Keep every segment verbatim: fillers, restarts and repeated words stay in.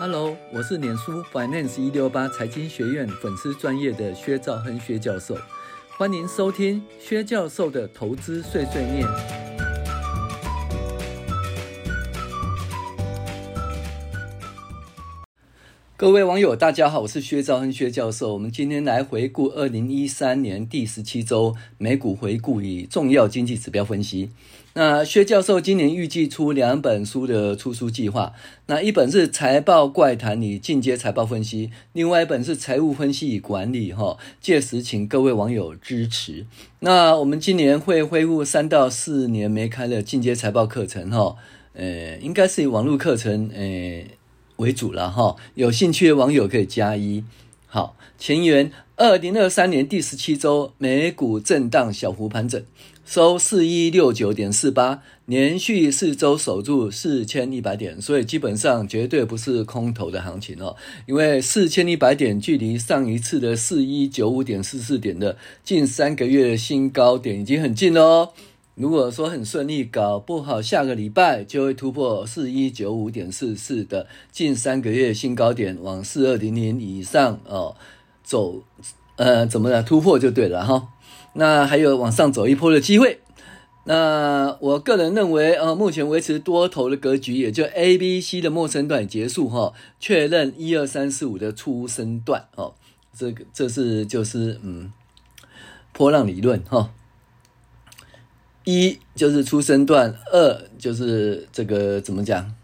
Hello， 我是脸书 Finance 一六八财经学院粉丝专业的薛兆亨薛教授，欢迎收听薛教授的投资碎碎念。各位网友大家好，我是薛兆亨薛教授。我们今天来回顾二零一三年第十七周美股回顾与重要经济指标分析。那薛教授今年预计出两本书的出书计划，那一本是财报怪谈与进阶财报分析，另外一本是财务分析与管理，届时请各位网友支持。那我们今年会恢复三到四年没开的进阶财报课程，呃，应该是以网络课程呃为主了哈，有兴趣的网友可以加一。好，前言，二零二三年第十七周美股震荡小幅盘整，收四一六九点四八，连续四周守住四千一百点，所以基本上绝对不是空头的行情哦，因为四千一百点距离上一次的四一九五点四四点的近三个月的新高点已经很近了哦。如果说很顺利，搞不好下个礼拜就会突破四一九五点四四的近三个月新高点，往四二零零以上哦走，呃，怎么了？突破就对了哈。那还有往上走一波的机会。那我个人认为，呃，目前维持多头的格局，也就 A、B、C 的末升段结束哈，确认一二三四五的初升段哦，这个这是就是嗯波浪理论哈。一就是初升段，二就是这个怎么讲？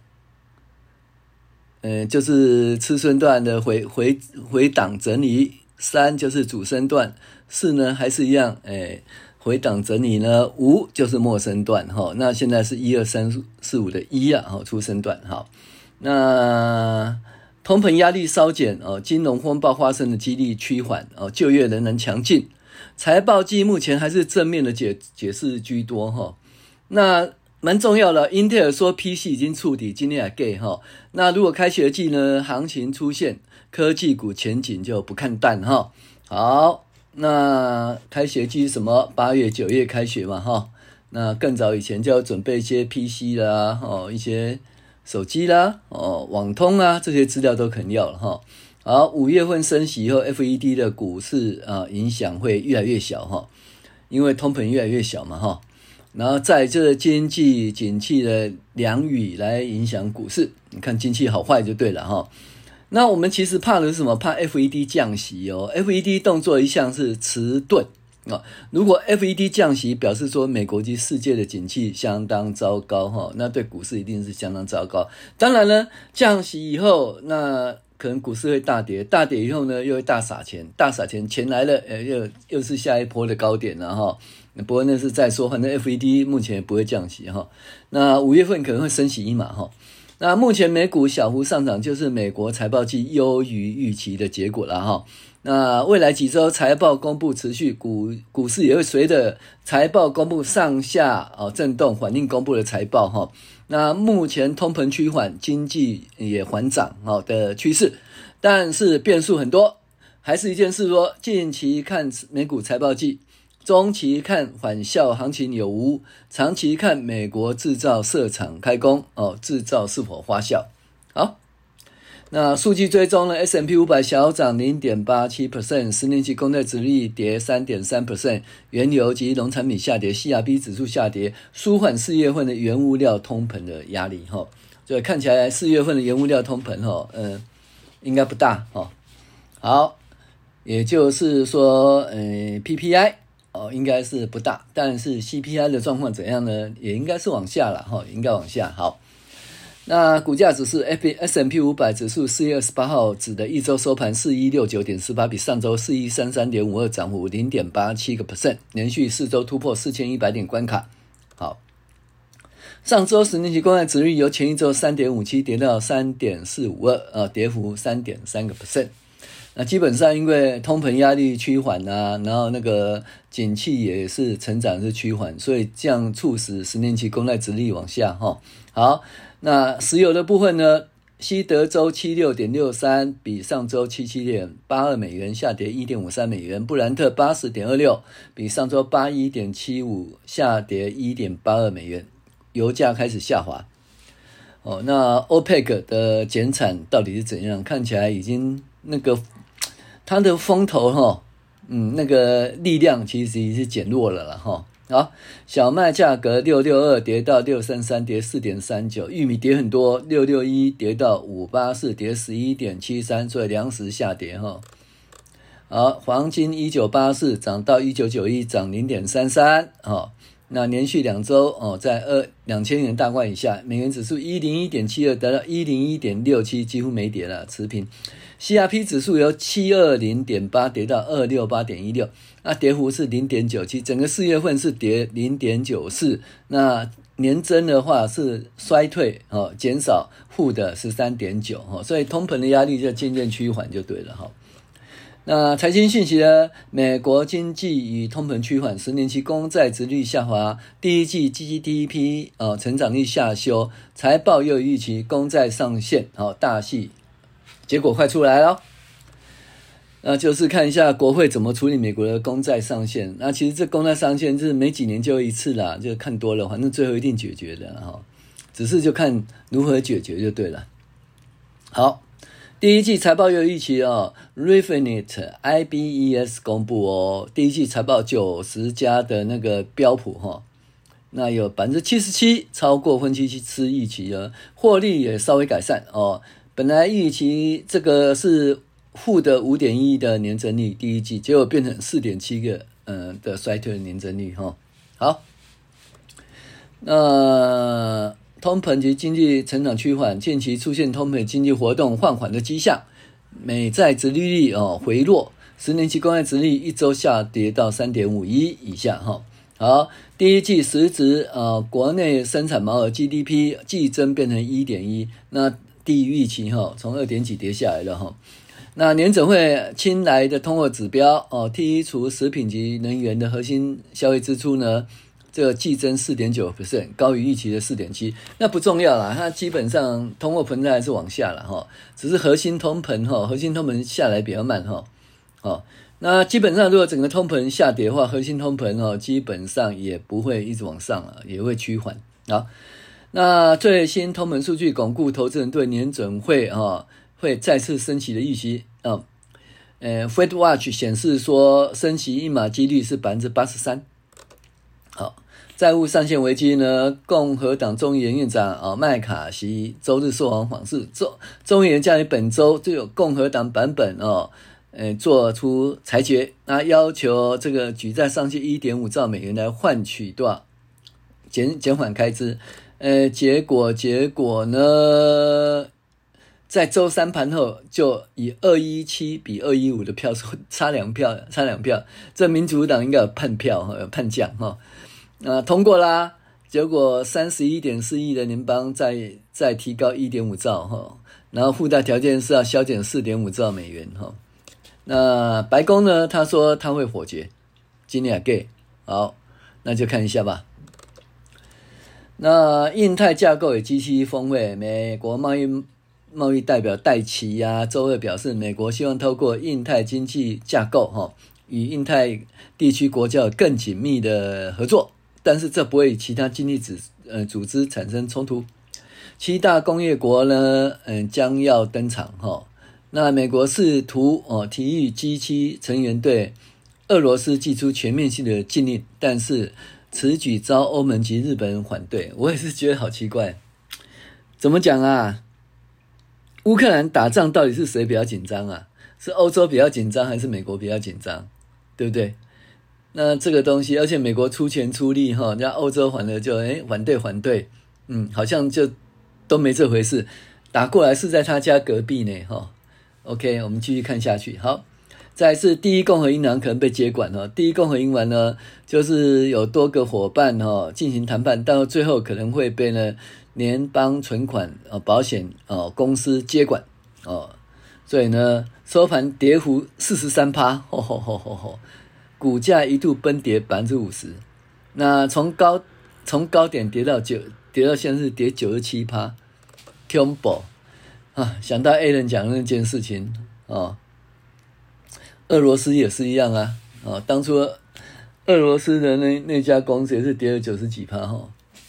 呃，就是次升段的回回回档整理，三就是主升段，四呢还是一样，哎，回档整理呢，五就是末升段哈。那现在是一二三四五的一啊，哈，初升段哈。那通膨压力稍减哦，金融风暴发生的几率趋缓哦，就业仍然强劲。财报季目前还是正面的解解释居多哈，那蛮重要的。英特尔说 P C 已经触底，今天也 gay 哈。那如果开学季呢，行情出现科技股前景就不看淡哈。好，那开学季什么？八月九月开学嘛哈。那更早以前就要准备一些 P C 啦，哦，一些手机啦，哦，网通啊，这些资料都肯要了哈。好，五月份升息以后 ，F E D 的股市啊影响会越来越小哈，因为通膨越来越小嘛哈。然后在这经济景气的良与来影响股市，你看经济好坏就对了哈。那我们其实怕的是什么？怕 F E D 降息哦。F E D 动作一向是迟钝啊。如果 F E D 降息，表示说美国及世界的景气相当糟糕哈，那对股市一定是相当糟糕。当然呢，降息以后那可能股市会大跌，大跌以后呢，又会大撒钱，大撒钱，钱来了，呃，又又是下一波的高点了哈。不过那是再说，反正 F E D 目前也不会降息哈。那五月份可能会升息一码哈。那目前美股小幅上涨，就是美国财报季优于预期的结果了哈。那未来几周财报公布持续，股股市也会随着财报公布上下哦震动，反映公布的财报哈。那目前通膨趋缓，经济也缓涨好的趋势，但是变数很多。还是一件事说，近期看美股财报季，中期看返校行情有无，长期看美国制造设厂开工哦，制造是否发酵。好，那数据追踪呢 ？S and P 五百 小涨 零点八七 百分点， 十年期公债殖利率跌 三点三 百分点， 原油及农产品下跌 ，C R B 指数下跌，舒缓四月份的原物料通膨的压力哈。所以看起来四月份的原物料通膨哈，呃，应该不大哈。好，也就是说，呃 ，P P I 哦应该是不大，但是 C P I 的状况怎样呢？也应该是往下了哈，应该往下。好。那股价指数 S and P 五百 指数四月二十八号指的一周收盘四一六九点四八，比上周四一三三点五二涨幅 零点八七 个百分点，连续四周突破四千一百点关卡。好，上周十年期公债殖利率由前一周 三点五七 跌到 三点四五二， 呃，跌幅 三点三 个百分点。那基本上因为通膨压力趋缓啊，然后那个景气也是成长是趋缓，所以这样促使十年期公债殖利率往下哈。好。那石油的部分呢，西德州 七十六点六三 比上周 七十七点八二 美元下跌 一点五三 美元，布兰特 八十点二六 比上周 八十一点七五 下跌 一点八二 美元，油价开始下滑。 哦，那 OPEC 的减产到底是怎样？看起来已经那个它的风头哈，嗯，那个力量其实已经是减弱了啦哈。好，小麦价格六六二跌到六三三，跌 四点三九， 玉米跌很多，六六一跌到五八四，跌 十一点七三， 所以粮食下跌哈。好，黄金一九八四涨到一九九一，涨 零点三三， 哦，那连续两周哦，在二两千元大关以下，美元指数一零一点七二得到一零一点六七，几乎没跌了，持平。C R P 指数由七二零点八跌到二六八点一六，那跌幅是 零点九七， 整个四月份是跌 零点九四， 那年增的话是衰退哦，减少负的 十三点九， 哦，所以通膨的压力就渐渐趋缓就对了哈。哦，那财经讯息呢？美国经济与通膨趋缓，十年期公债殖率下滑，第一季 G D P 呃成长率下修，财报又预期，公债上限哦大戏，结果快出来了。那就是看一下国会怎么处理美国的公债上限。那其实这公债上限是每几年就一次啦，就看多了，反正最后一定解决的哈，只是就看如何解决就对了。好。第一季财报又预期哦 Refinitiv I B E S 公布哦，第一季财报九十家的那个标普哈，哦，那有 百分之七十七 超过分析师预期了，获利也稍微改善哦，本来预期这个是负的 五点一 的年增率，第一季结果变成 四点七 个呃的衰退的年增率哈，哦。好，那通膨及经济成长趋缓，近期出现通膨经济活动放缓的迹象，美债殖利率哦回落，十年期公债殖利率一周下跌到 三点五一 以下哈。好，第一季实质呃国内生产毛额 G D P 季增变成 一点一， 那低于预期哈，从二点几跌下来了哈。那年整会青来的通货指标哦，剔除食品及能源的核心消费支出呢，这个季增 百分之四点九， 高于预期的 四点七， 那不重要啦，它基本上通货膨胀还是往下啦齁，只是核心通膨齁，核心通膨下来比较慢齁。齁，那基本上如果整个通膨下跌的话，核心通膨齁基本上也不会一直往上了，也会趋缓。好，那最新通膨数据巩固投资人对年准会齁会再次升息的预期啊。呃 Fed Watch 显示说升息一码几率是 百分之八十三。好，债务上限危机呢？共和党众议院院长啊麦卡锡周日受访访视，众众议员将于本周就有共和党版本哦，呃做出裁决，那要求这个举债上限 一点五兆美元来换取多少减减缓开支，呃结果结果呢？在周三盘后，就以二一七比二一五的票数差两票，差两票，这民主党应该有叛票，有叛将哈。呃，通过啦，结果 三十一点四亿的联邦再再提高 一点五兆哈，然后附带条件是要削减 四点五兆美元哈。那白宫呢，他说他会否决，今年给好，那就看一下吧。那印太架构与 G 七 峰会，美国贸易贸易代表戴奇呀、啊，周二表示，美国希望透过印太经济架构哈，与印太地区国家有更紧密的合作。但是这不会与其他经济组呃组织产生冲突。七大工业国呢，嗯、呃，将要登场哈。那美国试图哦提议 G 七 成员对俄罗斯祭出全面性的禁令，但是此举遭欧盟及日本反对。我也是觉得好奇怪，怎么讲啊？乌克兰打仗到底是谁比较紧张啊？是欧洲比较紧张，还是美国比较紧张？对不对？那这个东西，而且美国出钱出力哈，那欧洲反而就诶反对反对，嗯，好像就都没这回事，打过来是在他家隔壁呢哈。OK， 我们继续看下去。好，再来是第一共和银行可能被接管哈。第一共和银行呢，就是有多个伙伴哈进行谈判，到最后可能会被呢联邦存款呃保险呃公司接管哦，所以呢收盘跌幅 百分之四十三， 吼吼吼吼吼。股价一度崩跌 百分之五十， 那从高从高点跌到九跌到现在是跌 百分之九十七， 恐怖啊！想到 A 人讲的那件事情哦，俄罗斯也是一样啊，哦，当初俄罗斯的那那家公司也是跌了九十几趴哈，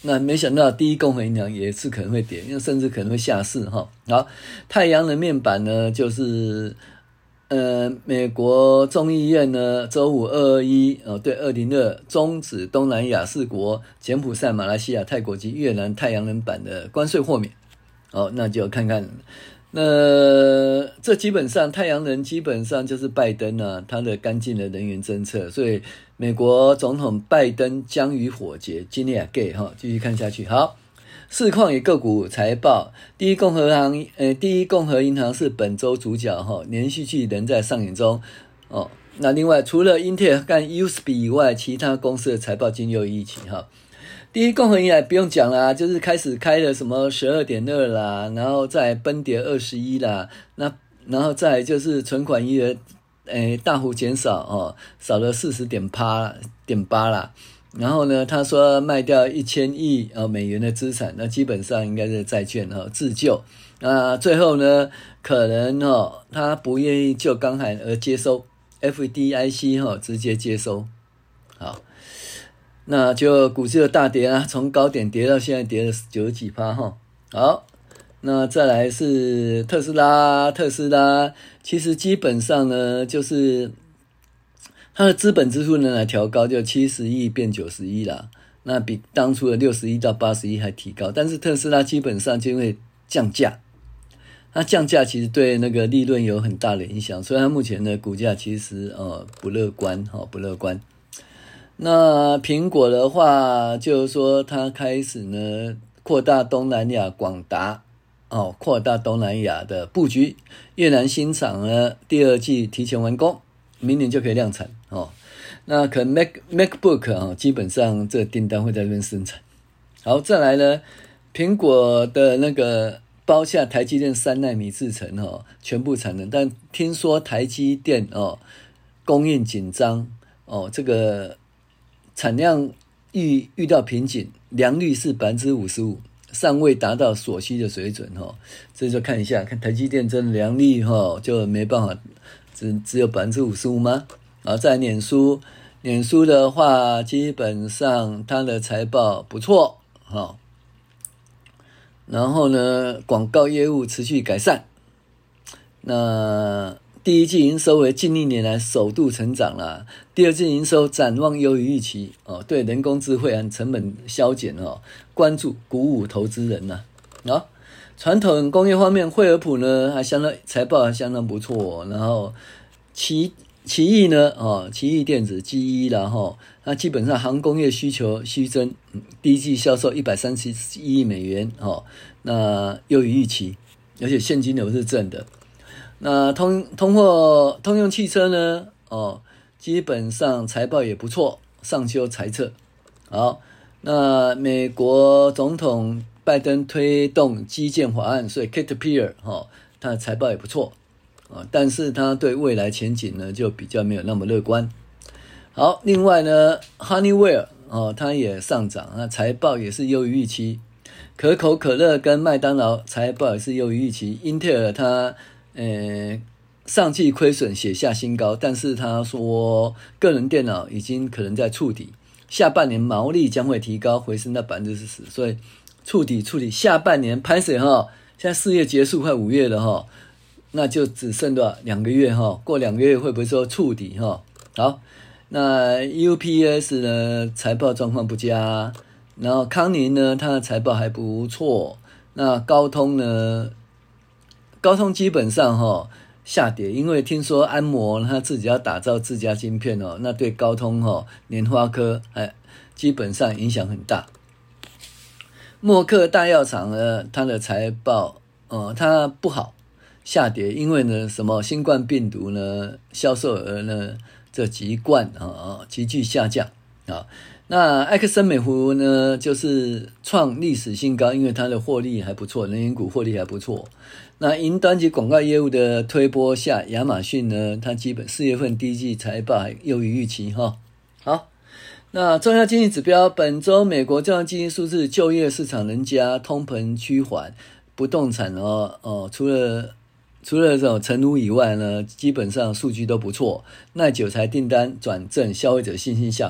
那没想到第一共和银行也是可能会跌，因为甚至可能会下市哈。好，太阳能面板呢，就是呃，美国众议院呢，周五二二一哦，对二零二终止东南亚四国柬埔寨、马来西亚、泰国及越南太阳能板的关税豁免。哦，那就看看。那这基本上太阳能基本上就是拜登啊，他的干净的能源政策，所以美国总统拜登将于火节，今天也给哈，继续看下去。好，市况与个股财报，第一共和行呃，第一共和银行是本周主角哈，连续剧仍在上演中哦。那另外除了英特尔跟 U S B 以外，其他公司的财报均有一起哈。第一共和银行不用讲啦，就是开始开了什么 十二点二 啦，然后再崩跌二十一啦，那然后再就是存款余额诶大幅减少哦，少了 四十点八 啦。然后呢，他说卖掉一千亿哦美元的资产，那基本上应该是债券哦自救。那最后呢，可能哦他不愿意就钢海而接收 F D I C 哦直接接收。好。那就股市的大跌啊，从高点跌到现在跌了九十几趴哈。好，那再来是特斯拉，特斯拉其实基本上呢，就是它的资本支出呢来调高，就七十亿变九十亿啦，那比当初的六十亿到八十亿还提高。但是特斯拉基本上就会降价，它降价其实对那个利润有很大的影响，所以它目前的股价其实呃不乐观哈，不乐观。那苹果的话，就是说它开始呢扩大东南亚广达哦，扩大东南亚的布局。越南新厂呢第二季提前完工，明年就可以量产哦。那可能 Mac MacBook 啊、哦，基本上这个订单会在这边生产。好，再来呢，苹果的那个包下台积电三奈米制程哦，全部产能，但听说台积电哦供应紧张哦，这个。产量遇遇到瓶颈，良率是 百分之五十五， 尚未达到所需的水准齁。这就看一下，看台积电真的良率齁就没办法，只只有 百分之五十五 吗？然后再脸书，脸书的话基本上它的财报不错齁。然后呢，广告业务持续改善。那第一季营收为近一年来首度成长啦，第二季营收展望优于预期哦，对人工智慧和成本削减哦关注，鼓舞投资人呐、啊。啊，传统工业方面，惠而浦呢还相当财报还相当不错、哦，然后奇奇异呢哦，奇异电子 G E 然后那基本上航工业需求虚增，第一季销售一百三十一亿美元哦，那优于预期，而且现金流是正的。那通通货通用汽车呢？哦，基本上财报也不错，上修财测。好，那美国总统拜登推动基建法案，所以 Caterpillar 哦，它的财报也不错啊、哦，但是它对未来前景呢就比较没有那么乐观。好，另外呢 ，Honeywell 哦，它也上涨，那财报也是优于预期。可口可乐跟麦当劳财报也是优于预期。英特尔它呃，上季亏损写下新高，但是他说个人电脑已经可能在触底，下半年毛利将会提高，回升到 百分之四十， 所以触底触底，下半年拍水哈，现在四月结束快五月了哈，那就只剩多少两个月哈，过两个月会不会说触底哈？好，那 U P S 呢财报状况不佳，然后康宁呢它的财报还不错，那高通呢？高通基本上哈、哦、下跌，因为听说安摩他自己要打造自家晶片哦，那对高通哈、哦、联发科哎基本上影响很大。默克大药厂呢，它的财报呃它不好下跌，因为呢什么新冠病毒呢销售额呢这急冠啊急剧下降啊。那埃克森美孚呢，就是创历史新高，因为它的获利还不错，能源股获利还不错。那云端及广告业务的推波下，亚马逊呢，它基本四月份第一季财报还优于预期哈。好，那重要经济指标，本周美国重要经济数字，就业市场人家，通膨趋缓，不动产哦哦，除了除了这种成屋以外呢，基本上数据都不错。耐久材订单转正，消费者信心下滑。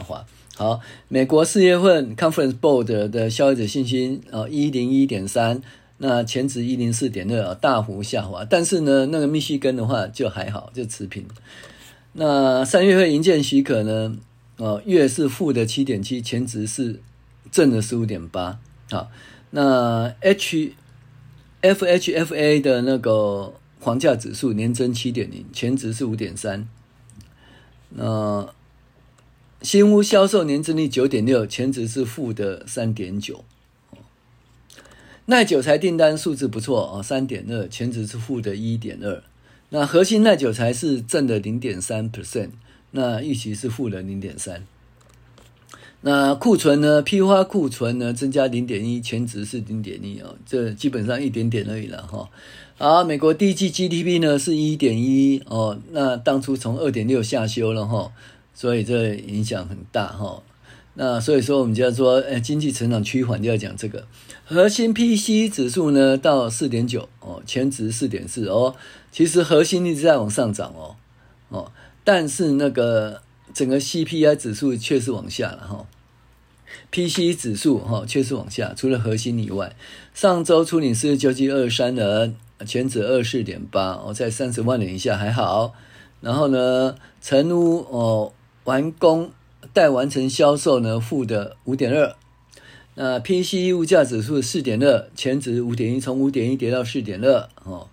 好，美国四月份 Conference Board 的消费者信心啊一零一点三，那前值一零四点二，大幅下滑。但是呢，那个密西根的话就还好，就持平。那三月份营建许可呢，哦、呃，月是负的七点七，前值是正的十五点八。好，那 H F H F A 的那个房价指数年增 七点零，前值是 五点三。那新屋销售年增率 九点六，前值是负的 三点九。耐久材订单数字不错啊 ，三点二，前值是负的 一点二。那核心耐久材是正的 零点三 百分点， 那预期是负的 零点三。那库存呢，批发库存呢增加 零点一，前值是 零点一 哦，这基本上一点点而已了哈。好，美国第一季 G D P 呢是 一点一 哦，那当初从 二点六 下修了哈，所以这影响很大哈。那所以说我们就要说，呃，经济成长趋缓就要讲这个。核心 P C 指数呢到 四点九 哦，前值 四点四 哦，其实核心一直在往上涨哦哦，但是那个整个 C P I 指数却是往下了哈。P C 指数哈却是往下，除了核心以外，上周初领失业救济二十三人，前值 二十四点八 哦，在三十万人以下还好。然后呢，成屋哦完工待完成销售呢负的 五点二。那 P C E 物价指数 四点二， 前值 五点一， 从 五点一 跌到 四点二 哦。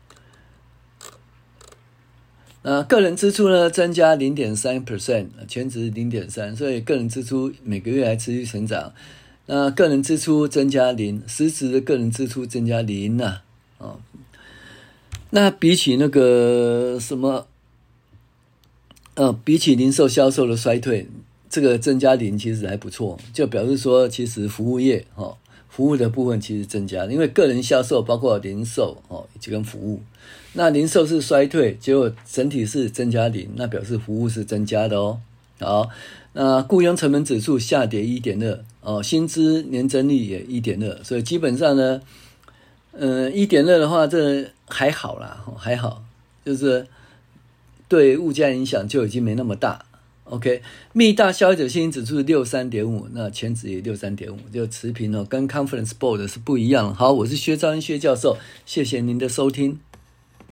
那个人支出呢增加 零点三 百分点， 前值 零点三， 所以个人支出每个月还持续成长。那个人支出增加零，实质的个人支出增加零啊，哦。那比起那个什么呃，比起零售销售的衰退，这个增加零其实还不错，就表示说其实服务业哦，服务的部分其实增加了，因为个人销售包括零售哦以及跟服务。那零售是衰退，结果整体是增加零，那表示服务是增加的哦。好，那雇佣成本指数下跌 一点二 哦，薪资年增率也 一点二， 所以基本上呢，呃 一点二 的话这还好啦，还好，就是对物价影响就已经没那么大。OK， 密大消费者信心指数 六十三点五， 那前值也 六十三点五， 就持平哦，跟 Conference Board 是不一样。好，我是薛兆恩薛教授，谢谢您的收听。